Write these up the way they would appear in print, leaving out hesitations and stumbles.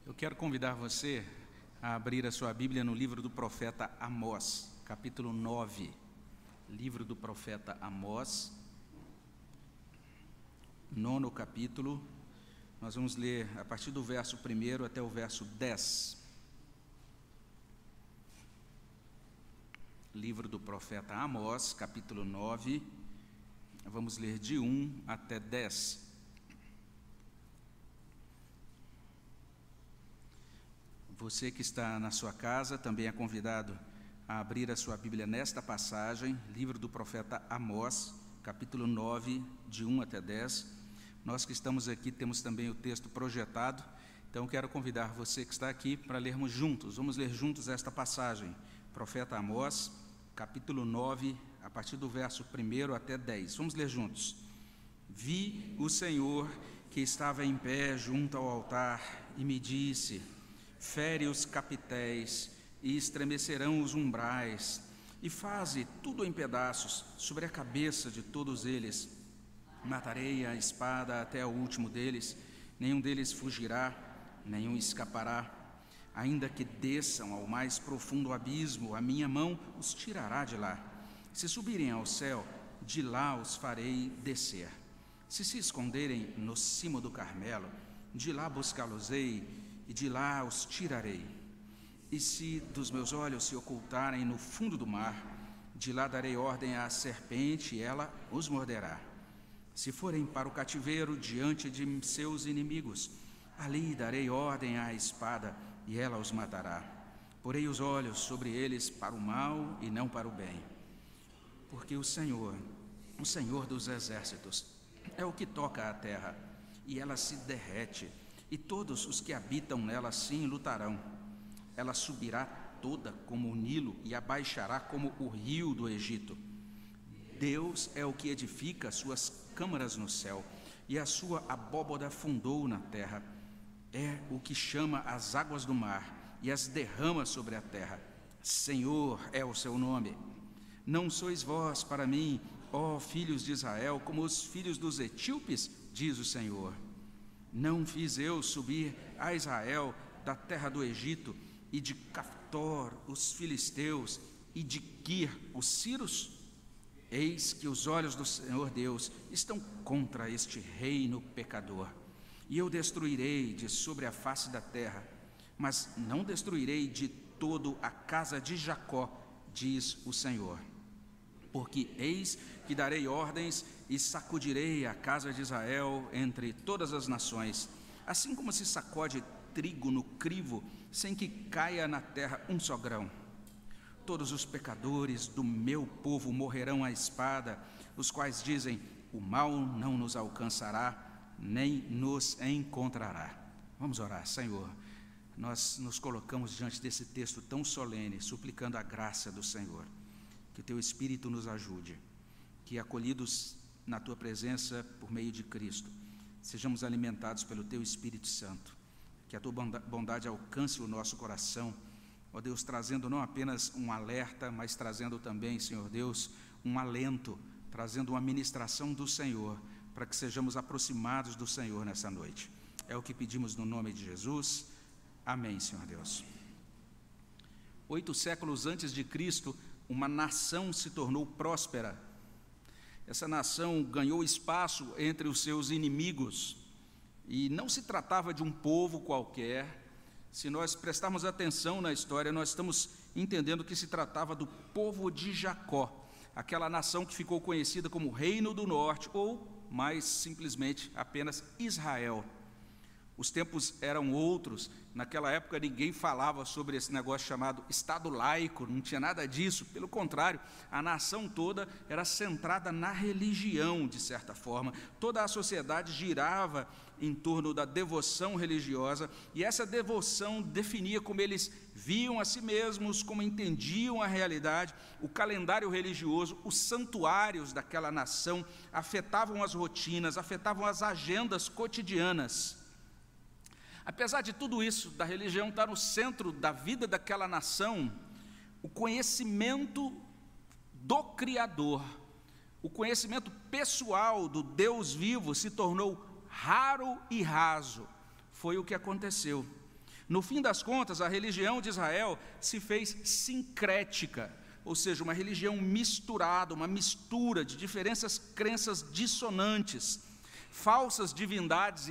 Eu quero convidar você a abrir a sua Bíblia no livro do profeta Amós, capítulo 9. Livro do profeta Amós, 9º capítulo. Nós vamos ler a partir do verso 1 até o verso 10. Livro do profeta Amós, capítulo 9. Vamos ler de 1 até 10. Você que está na sua casa também é convidado a abrir a sua Bíblia nesta passagem, livro do profeta Amós, capítulo 9, de 1 até 10. Nós que estamos aqui temos também o texto projetado, então quero convidar você que está aqui para lermos juntos. Vamos ler juntos esta passagem, profeta Amós, capítulo 9, a partir do verso 1 até 10. Vamos ler juntos. Vi o Senhor que estava em pé junto ao altar e me disse: fere os capitéis e estremecerão os umbrais, e faze tudo em pedaços sobre a cabeça de todos eles. Matarei a espada até o último deles, nenhum deles fugirá, nenhum escapará. Ainda que desçam ao mais profundo abismo, a minha mão os tirará de lá. Se subirem ao céu, de lá os farei descer. Se se esconderem no cimo do Carmelo, de lá buscá-los-ei, e de lá os tirarei. E se dos meus olhos se ocultarem no fundo do mar, de lá darei ordem à serpente, e ela os morderá. Se forem para o cativeiro diante de seus inimigos, ali darei ordem à espada, e ela os matará. Porei os olhos sobre eles para o mal e não para o bem. Porque o Senhor dos exércitos, é o que toca a terra, e ela se derrete, e todos os que habitam nela sim lutarão. Ela subirá toda como o Nilo e abaixará como o rio do Egito. Deus é o que edifica suas câmaras no céu, e a sua abóboda fundou na terra. É o que chama as águas do mar e as derrama sobre a terra. Senhor é o seu nome. Não sois vós para mim, ó filhos de Israel, como os filhos dos etíopes, diz o Senhor. Não fiz eu subir a Israel da terra do Egito, e de Caftor os filisteus, e de Quir os sírios? Eis que os olhos do Senhor Deus estão contra este reino pecador, e eu destruirei de sobre a face da terra, mas não destruirei de todo a casa de Jacó, diz o Senhor. Porque eis que darei ordens e sacudirei a casa de Israel entre todas as nações, assim como se sacode trigo no crivo, sem que caia na terra um só grão. Todos os pecadores do meu povo morrerão à espada, os quais dizem: o mal não nos alcançará, nem nos encontrará. Vamos orar. Senhor, nós nos colocamos diante desse texto tão solene, suplicando a graça do Senhor. Que o Teu Espírito nos ajude, que acolhidos na Tua presença por meio de Cristo, sejamos alimentados pelo Teu Espírito Santo, que a Tua bondade alcance o nosso coração, ó Deus, trazendo não apenas um alerta, mas trazendo também, Senhor Deus, um alento, trazendo uma ministração do Senhor, para que sejamos aproximados do Senhor nessa noite. É o que pedimos no nome de Jesus. Amém, Senhor Deus. 8 séculos antes de Cristo, uma nação se tornou próspera. Essa nação ganhou espaço entre os seus inimigos, e não se tratava de um povo qualquer. Se nós prestarmos atenção na história, nós estamos entendendo que se tratava do povo de Jacó, aquela nação que ficou conhecida como Reino do Norte, ou mais simplesmente apenas Israel. Os tempos eram outros. Naquela época ninguém falava sobre esse negócio chamado Estado laico, não tinha nada disso. Pelo contrário, a nação toda era centrada na religião, de certa forma. Toda a sociedade girava em torno da devoção religiosa, e essa devoção definia como eles viam a si mesmos, como entendiam a realidade. O calendário religioso, os santuários daquela nação afetavam as rotinas, afetavam as agendas cotidianas. Apesar de tudo isso, da religião estar no centro da vida daquela nação, o conhecimento do Criador, o conhecimento pessoal do Deus vivo se tornou raro e raso. Foi o que aconteceu. No fim das contas, a religião de Israel se fez sincrética, ou seja, uma religião misturada, uma mistura de diferentes crenças dissonantes, falsas divindades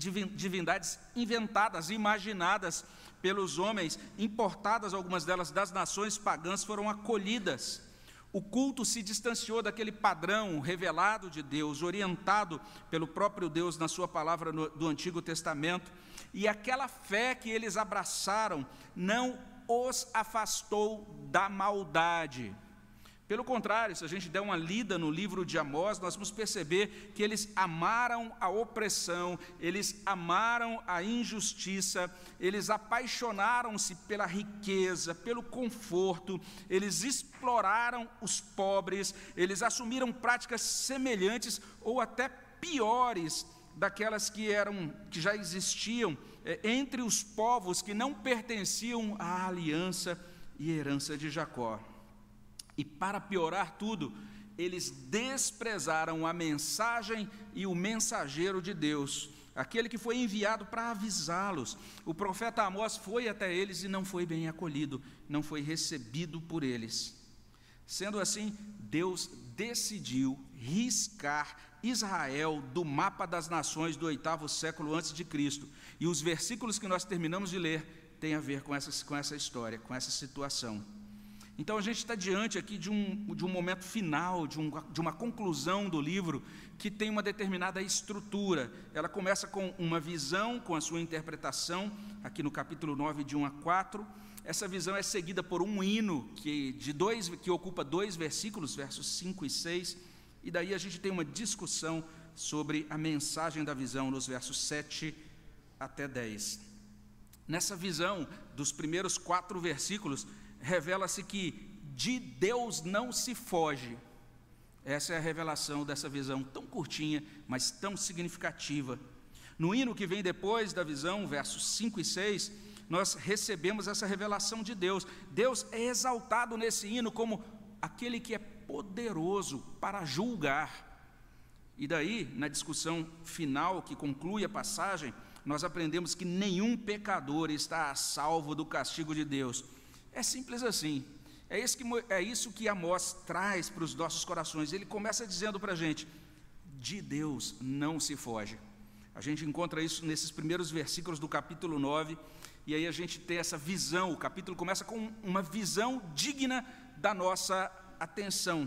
inventadas, imaginadas pelos homens, importadas, algumas delas das nações pagãs, foram acolhidas. O culto se distanciou daquele padrão revelado de Deus, orientado pelo próprio Deus na sua palavra do Antigo Testamento, e aquela fé que eles abraçaram não os afastou da maldade. Pelo contrário, se a gente der uma lida no livro de Amós, nós vamos perceber que eles amaram a opressão, eles amaram a injustiça, eles apaixonaram-se pela riqueza, pelo conforto, eles exploraram os pobres, eles assumiram práticas semelhantes ou até piores daquelas que já existiam entre os povos que não pertenciam à aliança e herança de Jacó. E para piorar tudo, eles desprezaram a mensagem e o mensageiro de Deus, aquele que foi enviado para avisá-los. O profeta Amós foi até eles e não foi bem acolhido, não foi recebido por eles. Sendo assim, Deus decidiu riscar Israel do mapa das nações do 8º século antes de Cristo. E os versículos que nós terminamos de ler têm a ver com essa história, com essa situação. Então a gente está diante aqui de um momento final, de uma conclusão do livro que tem uma determinada estrutura. Ela começa com uma visão, com a sua interpretação, aqui no capítulo 9, de 1 a 4. Essa visão é seguida por um hino que ocupa 2 versículos, versos 5 e 6, e daí a gente tem uma discussão sobre a mensagem da visão nos versos 7 até 10. Nessa visão, dos primeiros 4 versículos, revela-se que de Deus não se foge. Essa é a revelação dessa visão tão curtinha, mas tão significativa. No hino que vem depois da visão, versos 5 e 6, nós recebemos essa revelação de Deus. Deus é exaltado nesse hino como aquele que é poderoso para julgar. E daí, na discussão final que conclui a passagem, nós aprendemos que nenhum pecador está a salvo do castigo de Deus. É simples assim. É isso que Amós traz para os nossos corações. Ele começa dizendo para a gente: de Deus não se foge. A gente encontra isso nesses primeiros versículos do capítulo 9, e aí a gente tem essa visão. O capítulo começa com uma visão digna da nossa atenção.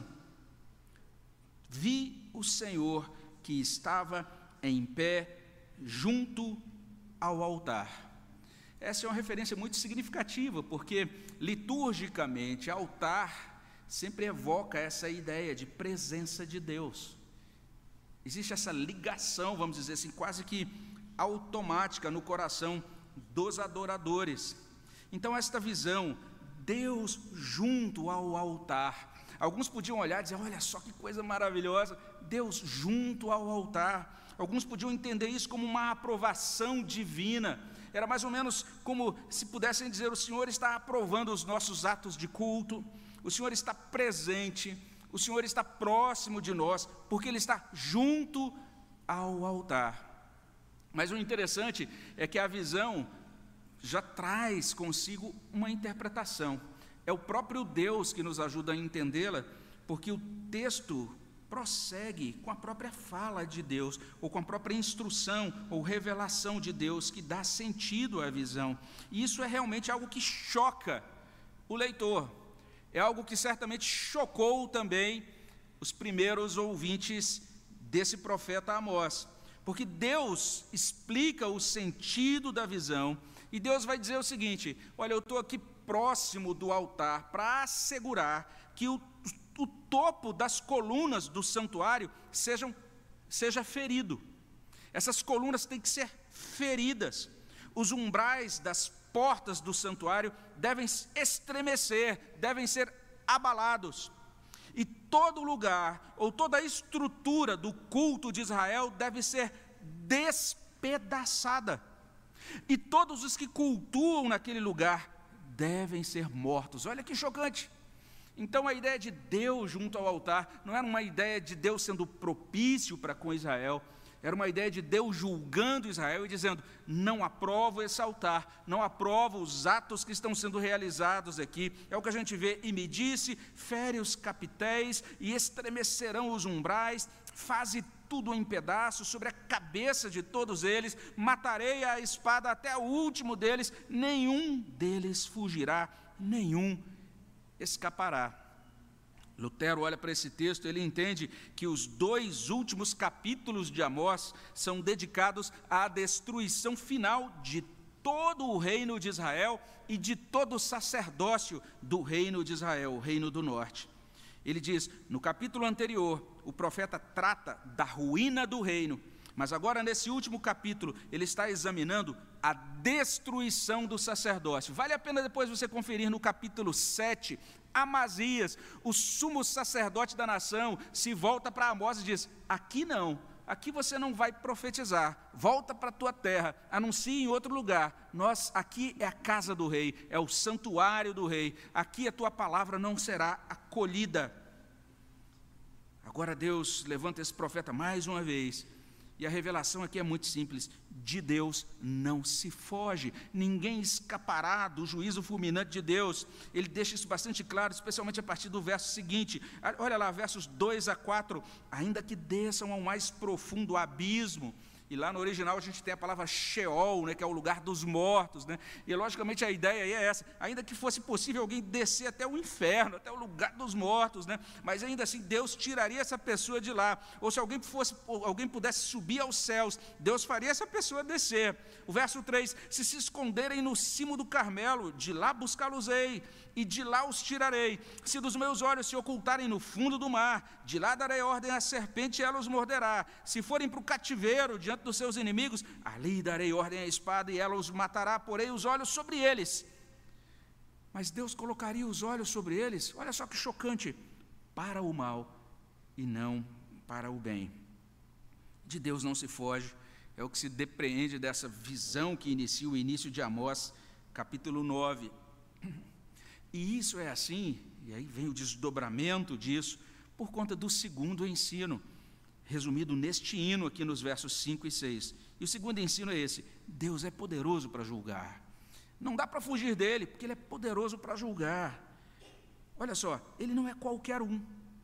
Vi o Senhor que estava em pé junto ao altar. Essa é uma referência muito significativa, porque liturgicamente, altar sempre evoca essa ideia de presença de Deus. Existe essa ligação, vamos dizer assim, quase que automática no coração dos adoradores. Então, esta visão, Deus junto ao altar. Alguns podiam olhar e dizer: olha só que coisa maravilhosa, Deus junto ao altar. Alguns podiam entender isso como uma aprovação divina. Era mais ou menos como se pudessem dizer: o Senhor está aprovando os nossos atos de culto, o Senhor está presente, o Senhor está próximo de nós, porque Ele está junto ao altar. Mas o interessante é que a visão já traz consigo uma interpretação. É o próprio Deus que nos ajuda a entendê-la, porque o texto prossegue com a própria fala de Deus, ou com a própria instrução ou revelação de Deus, que dá sentido à visão. E isso é realmente algo que choca o leitor. É algo que certamente chocou também os primeiros ouvintes desse profeta Amós, porque Deus explica o sentido da visão, e Deus vai dizer o seguinte: olha, eu estou aqui próximo do altar para assegurar que o topo das colunas do santuário seja ferido. Essas colunas têm que ser feridas. Os umbrais das portas do santuário devem estremecer, devem ser abalados. E todo lugar, ou toda a estrutura do culto de Israel deve ser despedaçada. E todos os que cultuam naquele lugar devem ser mortos. Olha que chocante. Então a ideia de Deus junto ao altar não era uma ideia de Deus sendo propício para com Israel, Era uma ideia de Deus julgando Israel e dizendo: não aprovo esse altar, não aprovo os atos que estão sendo realizados aqui. É o que a gente vê: e me disse, fere os capitéis e estremecerão os umbrais, faze tudo em pedaços sobre a cabeça de todos eles, matarei a espada até o último deles, nenhum deles fugirá, nenhum escapará. Lutero olha para esse texto, ele entende que os 2 últimos capítulos de Amós são dedicados à destruição final de todo o reino de Israel e de todo o sacerdócio do reino de Israel, o reino do norte. Ele diz, no capítulo anterior, o profeta trata da ruína do reino, mas agora nesse último capítulo, ele está examinando a destruição do sacerdócio. Vale a pena depois você conferir no capítulo 7, Amazias, o sumo sacerdote da nação, se volta para Amós e diz: aqui não, aqui você não vai profetizar, volta para a tua terra, anuncie em outro lugar, aqui é a casa do rei, é o santuário do rei, aqui a tua palavra não será acolhida. Agora Deus levanta esse profeta mais uma vez, e a revelação aqui é muito simples: de Deus não se foge, ninguém escapará do juízo fulminante de Deus. Ele deixa isso bastante claro, especialmente a partir do verso seguinte, olha lá, versos 2 a 4, ainda que desçam ao mais profundo abismo. E lá no original a gente tem a palavra Sheol, né, que é o lugar dos mortos, né? E logicamente a ideia aí é essa: ainda que fosse possível alguém descer até o inferno, até o lugar dos mortos, né? Mas ainda assim Deus tiraria essa pessoa de lá. Ou se alguém pudesse subir aos céus, Deus faria essa pessoa descer. O verso 3, se esconderem no cimo do Carmelo, de lá buscá-los-ei, e de lá os tirarei. Se dos meus olhos se ocultarem no fundo do mar, de lá darei ordem à serpente e ela os morderá. Se forem para o cativeiro, diante dos seus inimigos, ali darei ordem à espada e ela os matará, porei os olhos sobre eles. Mas Deus colocaria os olhos sobre eles, olha só que chocante, para o mal e não para o bem. De Deus não se foge, é o que se depreende dessa visão que inicia o início de Amós, capítulo 9. E isso é assim, e aí vem o desdobramento disso, por conta do segundo ensino, resumido neste hino aqui nos versos 5 e 6. E o segundo ensino é esse: Deus é poderoso para julgar. Não dá para fugir dele, porque ele é poderoso para julgar. Olha só, ele não é qualquer um.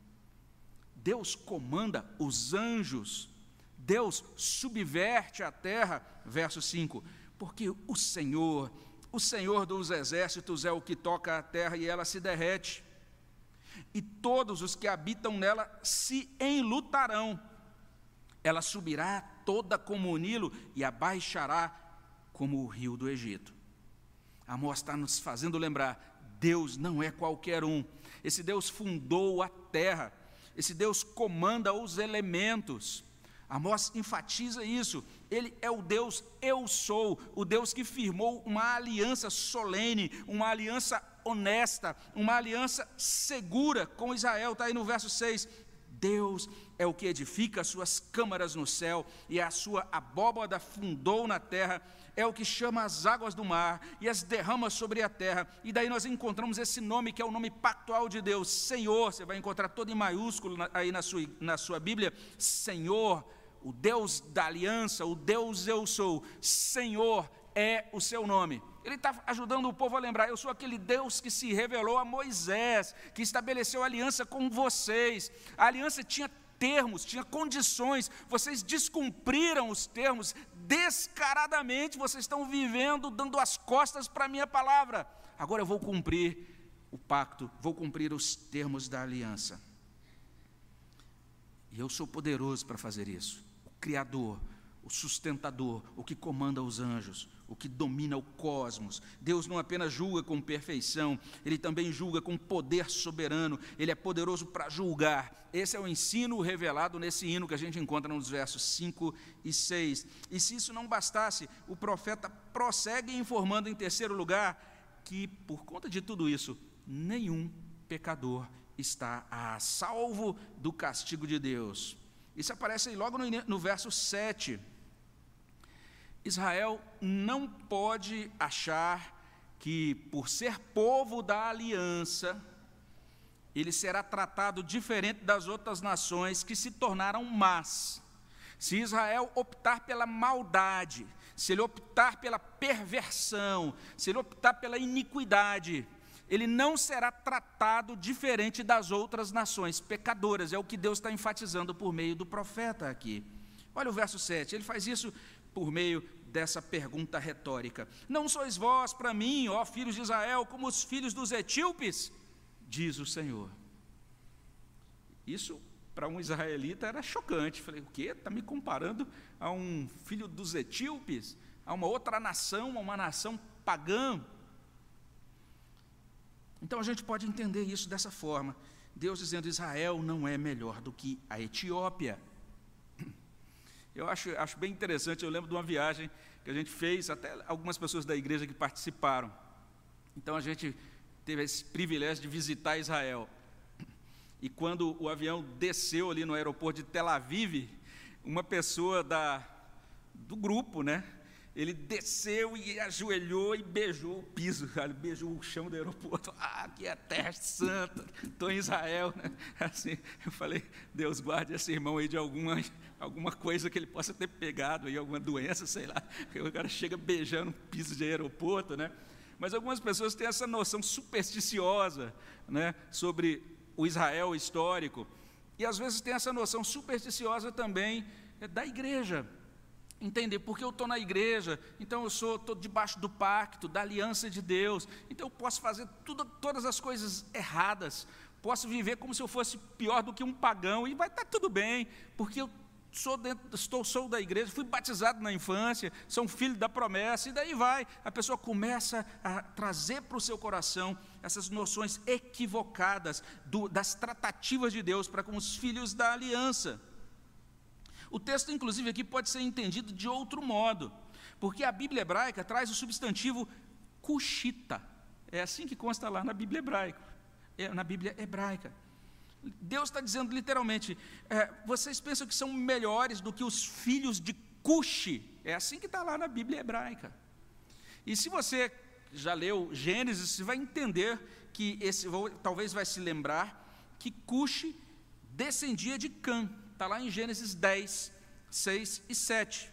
Deus comanda os anjos, Deus subverte a terra, verso 5, porque o Senhor dos exércitos é o que toca a terra e ela se derrete, e todos os que habitam nela se enlutarão. Ela subirá toda como o Nilo e abaixará como o rio do Egito. Amós está nos fazendo lembrar: Deus não é qualquer um. Esse Deus fundou a terra, esse Deus comanda os elementos. Amós enfatiza isso: ele é o Deus eu sou, o Deus que firmou uma aliança solene, uma aliança honesta, uma aliança segura com Israel. Está aí no verso 6, Deus é o que edifica as suas câmaras no céu, e a sua abóbada fundou na terra, é o que chama as águas do mar e as derrama sobre a terra. E daí nós encontramos esse nome que é o nome pactual de Deus, Senhor. Você vai encontrar todo em maiúsculo aí na sua Bíblia, Senhor, o Deus da aliança, o Deus eu sou, Senhor é o seu nome. Ele está ajudando o povo a lembrar: eu sou aquele Deus que se revelou a Moisés, que estabeleceu aliança com vocês. A aliança tinha termos, tinha condições, vocês descumpriram os termos descaradamente, vocês estão vivendo dando as costas para a minha palavra. Agora eu vou cumprir o pacto, vou cumprir os termos da aliança. E eu sou poderoso para fazer isso. O Criador, o sustentador, o que comanda os anjos, o que domina o cosmos. Deus não apenas julga com perfeição, Ele também julga com poder soberano. Ele é poderoso para julgar. Esse é o ensino revelado nesse hino que a gente encontra nos versos 5 e 6. E se isso não bastasse, o profeta prossegue informando em terceiro lugar que, por conta de tudo isso, nenhum pecador está a salvo do castigo de Deus. Isso aparece aí logo no verso 7. Israel não pode achar que, por ser povo da aliança, ele será tratado diferente das outras nações que se tornaram más. Se Israel optar pela maldade, se ele optar pela perversão, se ele optar pela iniquidade, ele não será tratado diferente das outras nações pecadoras. É o que Deus está enfatizando por meio do profeta aqui. Olha o verso 7, ele faz isso por meio dessa pergunta retórica. Não sois vós para mim, ó filhos de Israel, como os filhos dos etíopes? Diz o Senhor. Isso, para um israelita, era chocante. Falei, o quê? Está me comparando a um filho dos etíopes? A uma outra nação, a uma nação pagã? Então, a gente pode entender isso dessa forma. Deus dizendo, Israel não é melhor do que a Etiópia. Eu acho bem interessante, eu lembro de uma viagem que a gente fez, até algumas pessoas da igreja que participaram. Então, a gente teve esse privilégio de visitar Israel. E quando o avião desceu ali no aeroporto de Tel Aviv, uma pessoa do grupo, né? Ele desceu e ajoelhou e beijou o piso, cara, beijou o chão do aeroporto. Aqui é a terra santa, estou em Israel, né? Assim, eu falei, Deus guarde esse irmão aí de alguma coisa que ele possa ter pegado aí, alguma doença, sei lá. O cara chega beijando um piso de aeroporto, né? Mas algumas pessoas têm essa noção supersticiosa, né, sobre o Israel histórico, e às vezes tem essa noção supersticiosa também da igreja. Entender, porque eu estou na igreja, então eu estou debaixo do pacto, da aliança de Deus, então eu posso fazer todas as coisas erradas, posso viver como se eu fosse pior do que um pagão, e vai estar tudo bem, porque eu sou da igreja, fui batizado na infância, sou um filho da promessa, e daí vai, a pessoa começa a trazer para o seu coração essas noções equivocadas das tratativas de Deus para com os filhos da aliança. O texto, inclusive, aqui pode ser entendido de outro modo, porque a Bíblia hebraica traz o substantivo cuxita, é assim que consta lá na Bíblia hebraica. Deus está dizendo literalmente, vocês pensam que são melhores do que os filhos de Cuxi, é assim que está lá na Bíblia hebraica. E se você já leu Gênesis, você vai entender que talvez vai se lembrar que Cuxi descendia de Cã. Está lá em Gênesis 10, 6 e 7.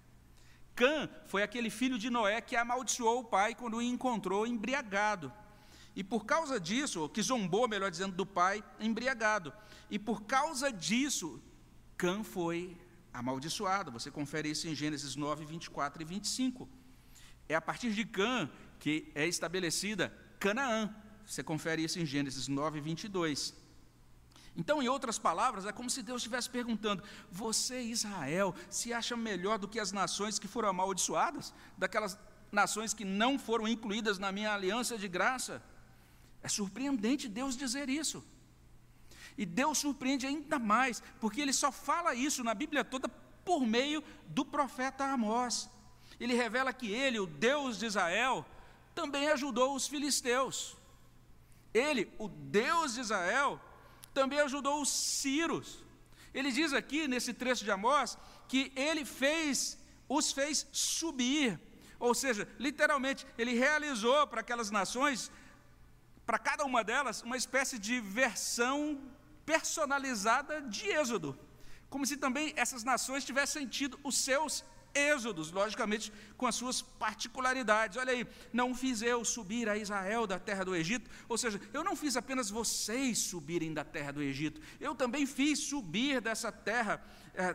Cã foi aquele filho de Noé que amaldiçoou o pai quando o encontrou embriagado. E por causa disso, que zombou, melhor dizendo, do pai embriagado. E por causa disso, Cã foi amaldiçoado. Você confere isso em Gênesis 9, 24 e 25. É a partir de Cã que é estabelecida Canaã. Você confere isso em Gênesis 9, 22. Então, em outras palavras, é como se Deus estivesse perguntando, você, Israel, se acha melhor do que as nações que foram amaldiçoadas? Daquelas nações que não foram incluídas na minha aliança de graça? É surpreendente Deus dizer isso. E Deus surpreende ainda mais, porque Ele só fala isso na Bíblia toda por meio do profeta Amós. Ele revela que Ele, o Deus de Israel, também ajudou os filisteus. Ele, o Deus de Israel, também ajudou os sírios. Ele diz aqui, nesse trecho de Amós, que Ele os fez subir. Ou seja, literalmente, Ele realizou para aquelas nações, para cada uma delas, uma espécie de versão personalizada de Êxodo. Como se também essas nações tivessem tido os seus êxodos, logicamente, com as suas particularidades. Olha aí, não fiz eu subir a Israel da terra do Egito, ou seja, eu não fiz apenas vocês subirem da terra do Egito, eu também fiz subir dessa terra,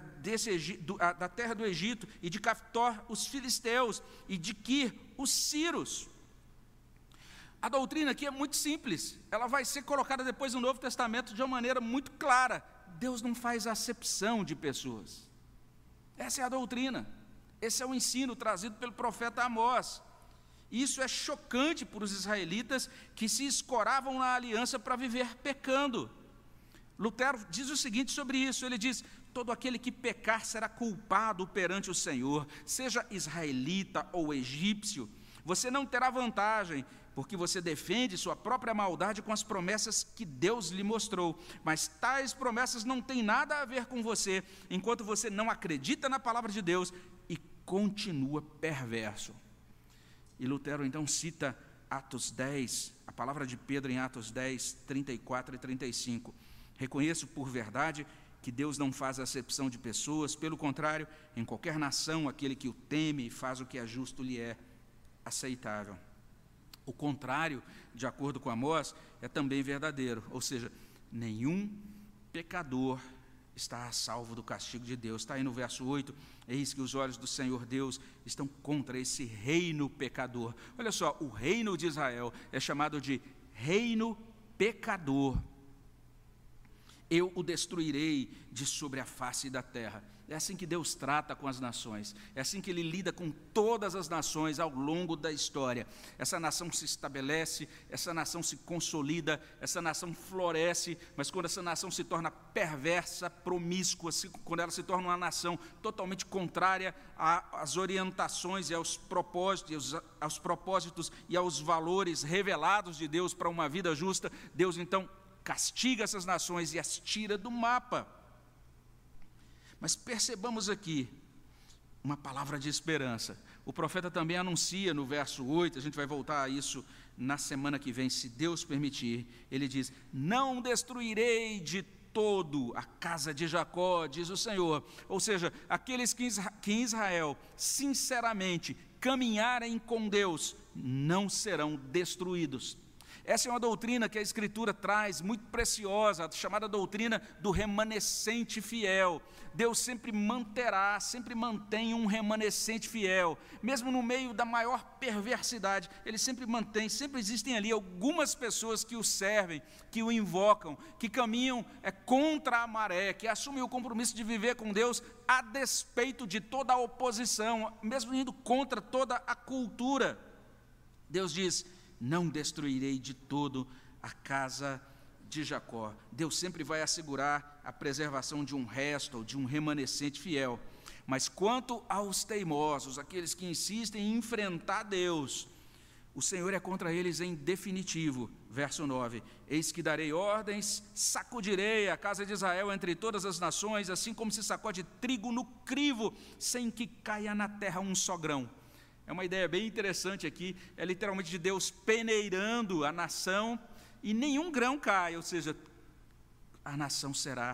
da terra do Egito, e de Caftor os filisteus, e de Quir os sírios. A doutrina aqui é muito simples, ela vai ser colocada depois no Novo Testamento de uma maneira muito clara. Deus não faz acepção de pessoas. Essa é a doutrina. Esse é o ensino trazido pelo profeta Amós. Isso é chocante para os israelitas que se escoravam na aliança para viver pecando. Lutero diz o seguinte sobre isso, ele diz, todo aquele que pecar será culpado perante o Senhor, seja israelita ou egípcio, você não terá vantagem, porque você defende sua própria maldade com as promessas que Deus lhe mostrou, mas tais promessas não têm nada a ver com você, enquanto você não acredita na palavra de Deus e continua perverso. E Lutero então cita Atos 10, a palavra de Pedro em Atos 10, 34 e 35. Reconheço por verdade que Deus não faz acepção de pessoas, pelo contrário, em qualquer nação, aquele que o teme e faz o que é justo lhe é aceitável. O contrário, de acordo com Amós, é também verdadeiro, ou seja, nenhum pecador está a salvo do castigo de Deus. Está aí no verso 8, eis que os olhos do Senhor Deus estão contra esse reino pecador. Olha só, o reino de Israel é chamado de reino pecador. Eu o destruirei de sobre a face da terra. É assim que Deus trata com as nações, é assim que Ele lida com todas as nações ao longo da história. Essa nação se estabelece, essa nação se consolida, essa nação floresce, mas quando essa nação se torna perversa, promíscua, quando ela se torna uma nação totalmente contrária às orientações e aos propósitos e aos valores revelados de Deus para uma vida justa, Deus então castiga essas nações e as tira do mapa. Mas percebamos aqui uma palavra de esperança. O profeta também anuncia no verso 8, a gente vai voltar a isso na semana que vem, se Deus permitir. Ele diz: não destruirei de todo a casa de Jacó, diz o Senhor. Ou seja, aqueles que em Israel sinceramente caminharem com Deus não serão destruídos. Essa é uma doutrina que a Escritura traz, muito preciosa, a chamada doutrina do remanescente fiel. Deus sempre manterá, sempre mantém um remanescente fiel, mesmo no meio da maior perversidade, Ele sempre mantém, sempre existem ali algumas pessoas que o servem, que o invocam, que caminham contra a maré, que assumem o compromisso de viver com Deus a despeito de toda a oposição, mesmo indo contra toda a cultura. Deus diz: não destruirei de todo a casa de Jacó. Deus sempre vai assegurar a preservação de um resto, ou de um remanescente fiel. Mas quanto aos teimosos, aqueles que insistem em enfrentar Deus, o Senhor é contra eles em definitivo. Verso 9, eis que darei ordens, sacudirei a casa de Israel entre todas as nações, assim como se sacode trigo no crivo, sem que caia na terra um só grão. É uma ideia bem interessante aqui, é literalmente de Deus peneirando a nação e nenhum grão cai, ou seja, a nação será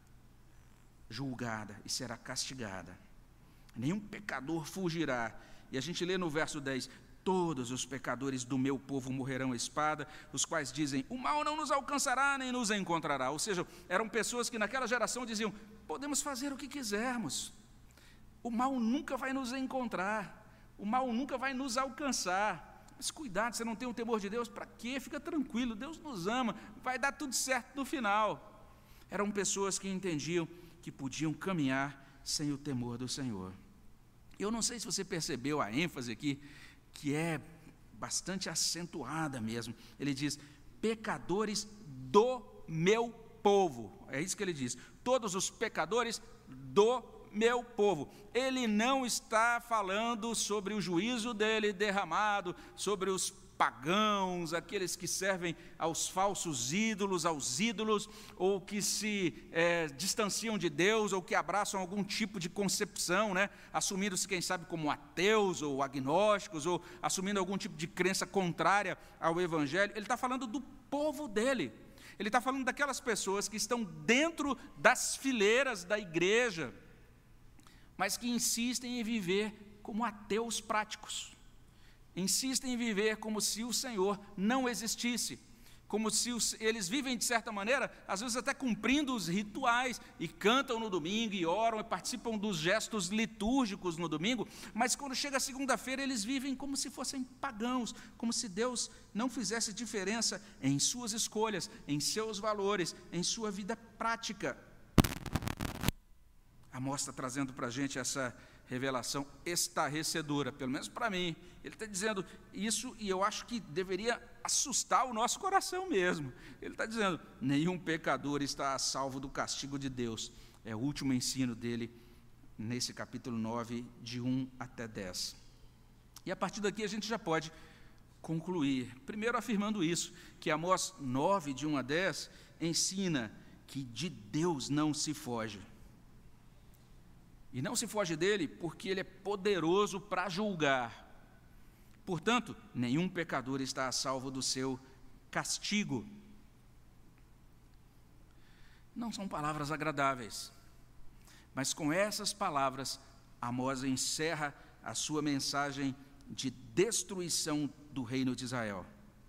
julgada e será castigada. Nenhum pecador fugirá. E a gente lê no verso 10, todos os pecadores do meu povo morrerão à espada, os quais dizem, o mal não nos alcançará nem nos encontrará. Ou seja, eram pessoas que naquela geração diziam, podemos fazer o que quisermos, o mal nunca vai nos encontrar. O mal nunca vai nos alcançar. Mas cuidado, você não tem o temor de Deus, para quê? Fica tranquilo, Deus nos ama, vai dar tudo certo no final. Eram pessoas que entendiam que podiam caminhar sem o temor do Senhor. Eu não sei se você percebeu a ênfase aqui, que é bastante acentuada mesmo. Ele diz, pecadores do meu povo. É isso que ele diz, todos os pecadores do meu povo. Ele não está falando sobre o juízo dele derramado, sobre os pagãos, aqueles que servem aos falsos ídolos, aos ídolos, ou que se distanciam de Deus, ou que abraçam algum tipo de concepção, assumindo-se, quem sabe, como ateus ou agnósticos, ou assumindo algum tipo de crença contrária ao Evangelho. Ele está falando do povo dele. Ele está falando daquelas pessoas que estão dentro das fileiras da igreja, mas que insistem em viver como ateus práticos, insistem em viver como se o Senhor não existisse, como se eles vivem de certa maneira, às vezes até cumprindo os rituais, e cantam no domingo, e oram, e participam dos gestos litúrgicos no domingo, mas quando chega a segunda-feira eles vivem como se fossem pagãos, como se Deus não fizesse diferença em suas escolhas, em seus valores, em sua vida prática. Amós está trazendo para a gente essa revelação estarrecedora, pelo menos para mim. Ele está dizendo isso e eu acho que deveria assustar o nosso coração mesmo. Ele está dizendo, nenhum pecador está a salvo do castigo de Deus. É o último ensino dele nesse capítulo 9, de 1 até 10. E a partir daqui a gente já pode concluir, primeiro afirmando isso, que Amós 9, de 1 a 10, ensina que de Deus não se foge. E não se foge dele porque ele é poderoso para julgar. Portanto, nenhum pecador está a salvo do seu castigo. Não são palavras agradáveis, mas com essas palavras, Amós encerra a sua mensagem de destruição do reino de Israel.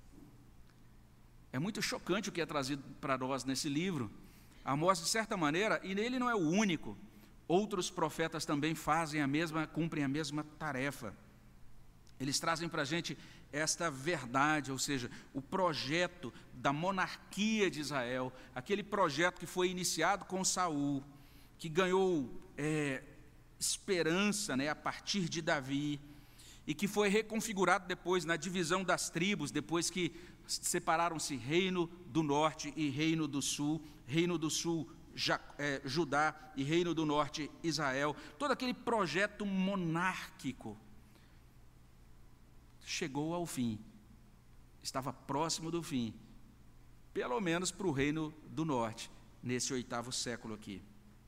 É muito chocante o que é trazido para nós nesse livro. Amós, de certa maneira, e ele não é o único, outros profetas também cumprem a mesma tarefa. Eles trazem para a gente esta verdade, ou seja, o projeto da monarquia de Israel, aquele projeto que foi iniciado com Saul, que ganhou esperança, a partir de Davi, e que foi reconfigurado depois na divisão das tribos, depois que separaram-se Reino do Norte e Reino do Sul Judá e Reino do Norte Israel. Todo aquele projeto monárquico chegou ao fim, estava próximo do fim, pelo menos para o Reino do Norte, nesse 8º século aqui.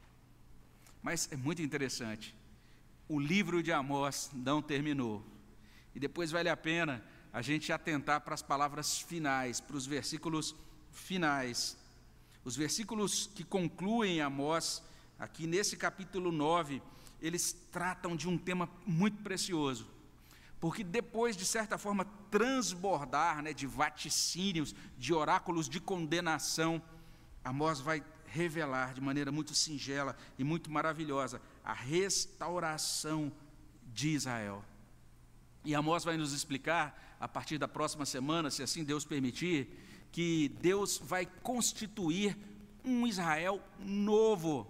Mas é muito interessante, o livro de Amós não terminou, e depois vale a pena a gente atentar para as palavras finais, para os versículos finais. Os versículos que concluem Amós, aqui nesse capítulo 9, eles tratam de um tema muito precioso, porque depois, de certa forma, transbordar de vaticínios, de oráculos de condenação, Amós vai revelar de maneira muito singela e muito maravilhosa a restauração de Israel. E Amós vai nos explicar, a partir da próxima semana, se assim Deus permitir, que Deus vai constituir um Israel novo.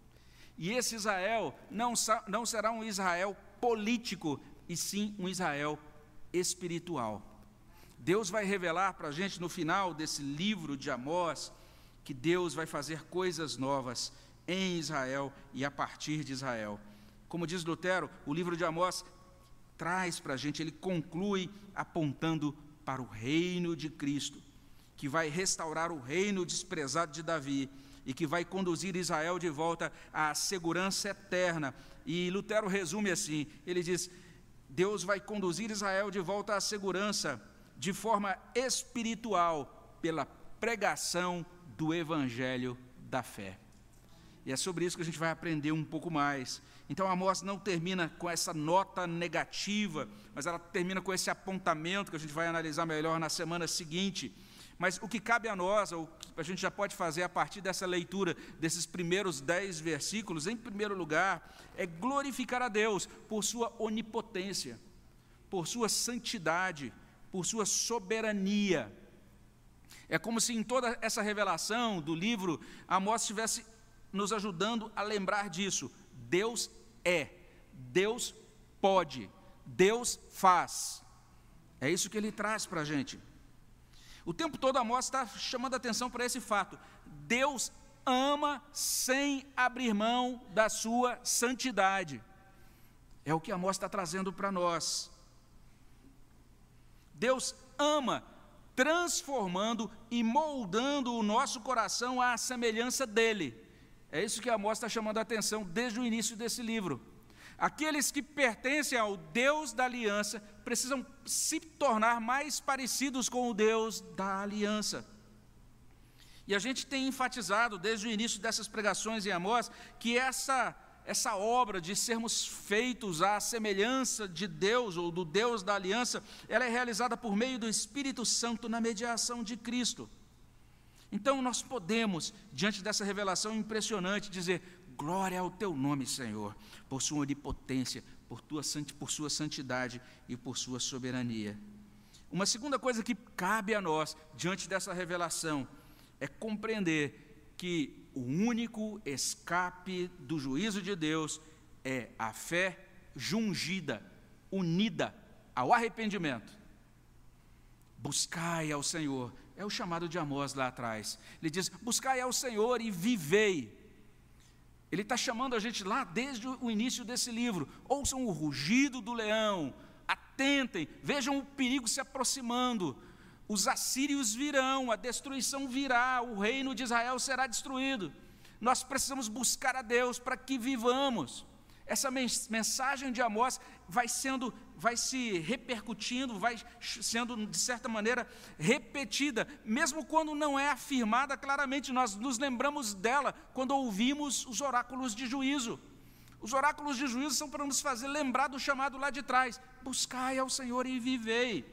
E esse Israel não será um Israel político, e sim um Israel espiritual. Deus vai revelar para a gente no final desse livro de Amós, que Deus vai fazer coisas novas em Israel e a partir de Israel. Como diz Lutero, o livro de Amós traz para a gente, ele conclui apontando para o reino de Cristo, que vai restaurar o reino desprezado de Davi e que vai conduzir Israel de volta à segurança eterna. E Lutero resume assim, ele diz: Deus vai conduzir Israel de volta à segurança de forma espiritual pela pregação do evangelho da fé. E é sobre isso que a gente vai aprender um pouco mais. Então Amós não termina com essa nota negativa, mas ela termina com esse apontamento que a gente vai analisar melhor na semana seguinte. Mas o que cabe a nós, ou que a gente já pode fazer a partir dessa leitura, desses primeiros 10 versículos, em primeiro lugar, é glorificar a Deus por sua onipotência, por sua santidade, por sua soberania. É como se em toda essa revelação do livro, Amós estivesse nos ajudando a lembrar disso. Deus é, Deus pode, Deus faz. É isso que ele traz para a gente. O tempo todo Amós está chamando a atenção para esse fato. Deus ama sem abrir mão da sua santidade. É o que Amós está trazendo para nós. Deus ama transformando e moldando o nosso coração à semelhança dele. É isso que Amós está chamando a atenção desde o início desse livro. Aqueles que pertencem ao Deus da aliança precisam se tornar mais parecidos com o Deus da aliança. E a gente tem enfatizado desde o início dessas pregações em Amós que essa obra de sermos feitos à semelhança de Deus ou do Deus da aliança, ela é realizada por meio do Espírito Santo na mediação de Cristo. Então nós podemos, diante dessa revelação impressionante, dizer: glória ao teu nome, Senhor, por sua onipotência, por sua santidade e por sua soberania. Uma segunda coisa que cabe a nós, diante dessa revelação, é compreender que o único escape do juízo de Deus é a fé jungida, unida ao arrependimento. Buscai ao Senhor, é o chamado de Amós lá atrás. Ele diz: buscai ao Senhor e vivei. Ele está chamando a gente lá desde o início desse livro. Ouçam o rugido do leão, atentem, vejam o perigo se aproximando. Os assírios virão, a destruição virá, o reino de Israel será destruído. Nós precisamos buscar a Deus para que vivamos. Essa mensagem de Amós vai se repercutindo, vai sendo, de certa maneira, repetida, mesmo quando não é afirmada claramente. Nós nos lembramos dela quando ouvimos os oráculos de juízo. Os oráculos de juízo são para nos fazer lembrar do chamado lá de trás: buscai ao Senhor e vivei.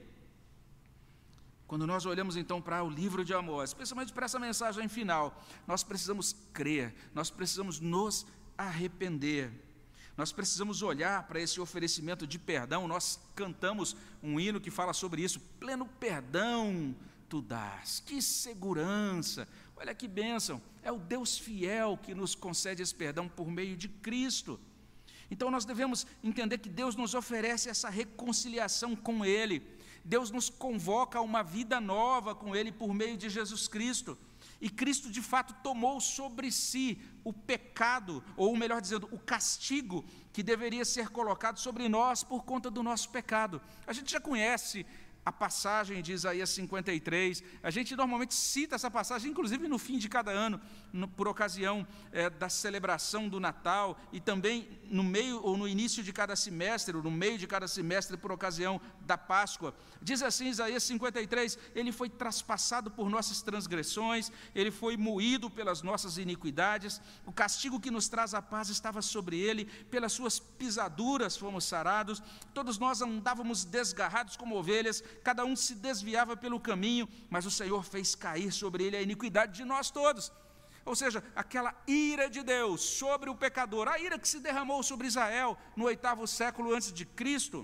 Quando nós olhamos então para o livro de Amós, especialmente para essa mensagem final, nós precisamos crer, nós precisamos nos arrepender, nós precisamos olhar para esse oferecimento de perdão. Nós cantamos um hino que fala sobre isso: pleno perdão tu dás. Que segurança, olha que bênção, é o Deus fiel que nos concede esse perdão por meio de Cristo. Então nós devemos entender que Deus nos oferece essa reconciliação com Ele. Deus nos convoca a uma vida nova com Ele por meio de Jesus Cristo. E Cristo, de fato, tomou sobre si o pecado, ou melhor dizendo, o castigo que deveria ser colocado sobre nós por conta do nosso pecado. A gente já conhece a passagem de Isaías 53, a gente normalmente cita essa passagem, inclusive no fim de cada ano, por ocasião da celebração do Natal, e também no meio ou no início de cada semestre, ou no meio de cada semestre, por ocasião da Páscoa. Diz assim Isaías 53, ele foi traspassado por nossas transgressões, ele foi moído pelas nossas iniquidades, o castigo que nos traz a paz estava sobre ele, pelas suas pisaduras fomos sarados, todos nós andávamos desgarrados como ovelhas, cada um se desviava pelo caminho, mas o Senhor fez cair sobre ele a iniquidade de nós todos. Ou seja, aquela ira de Deus sobre o pecador, a ira que se derramou sobre Israel no 8º século antes de Cristo,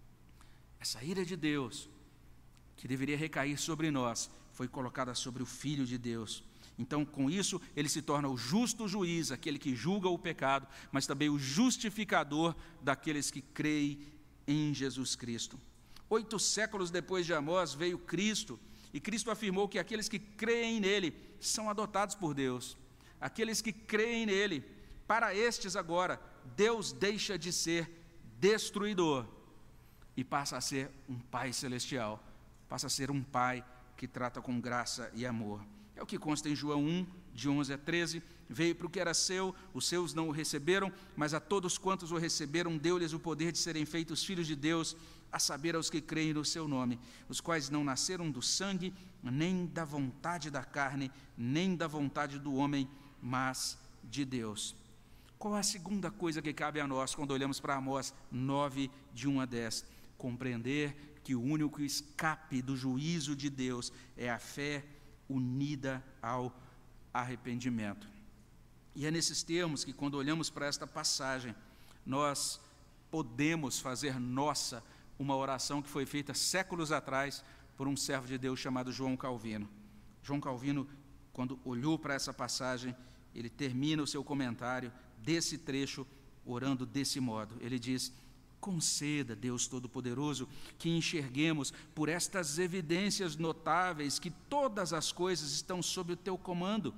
essa ira de Deus, que deveria recair sobre nós, foi colocada sobre o Filho de Deus. Então, com isso, ele se torna o justo juiz, aquele que julga o pecado, mas também o justificador daqueles que creem em Jesus Cristo. 8 séculos depois de Amós veio Cristo, e Cristo afirmou que aqueles que creem nele são adotados por Deus. Aqueles que creem nele, para estes agora, Deus deixa de ser destruidor e passa a ser um Pai celestial, passa a ser um Pai que trata com graça e amor. É o que consta em João 1, de 11 a 13, veio para o que era seu, os seus não o receberam, mas a todos quantos o receberam, deu-lhes o poder de serem feitos filhos de Deus, a saber, aos que creem no seu nome, os quais não nasceram do sangue, nem da vontade da carne, nem da vontade do homem, mas de Deus. Qual é a segunda coisa que cabe a nós quando olhamos para Amós 9, de 1 a 10? Compreender que o único escape do juízo de Deus é a fé unida ao arrependimento. E é nesses termos que, quando olhamos para esta passagem, nós podemos fazer nossa uma oração que foi feita séculos atrás por um servo de Deus chamado João Calvino. João Calvino, quando olhou para essa passagem, ele termina o seu comentário desse trecho orando desse modo. Ele diz: conceda, Deus Todo-Poderoso, que enxerguemos por estas evidências notáveis que todas as coisas estão sob o teu comando,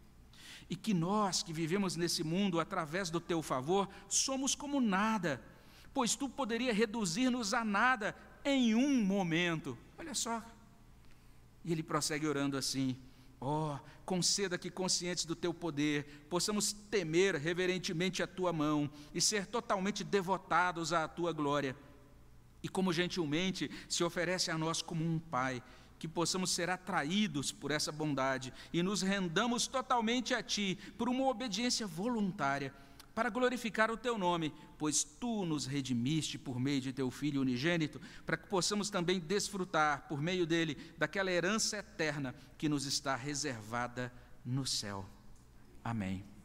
e que nós que vivemos nesse mundo através do teu favor somos como nada, pois tu poderia reduzir-nos a nada em um momento. Olha só. E ele prossegue orando assim: conceda que, conscientes do teu poder, possamos temer reverentemente a tua mão e ser totalmente devotados à tua glória. E como gentilmente se oferece a nós como um pai, que possamos ser atraídos por essa bondade e nos rendamos totalmente a ti por uma obediência voluntária, para glorificar o teu nome, pois tu nos redimiste por meio de teu Filho unigênito, para que possamos também desfrutar, por meio dele, daquela herança eterna que nos está reservada no céu. Amém.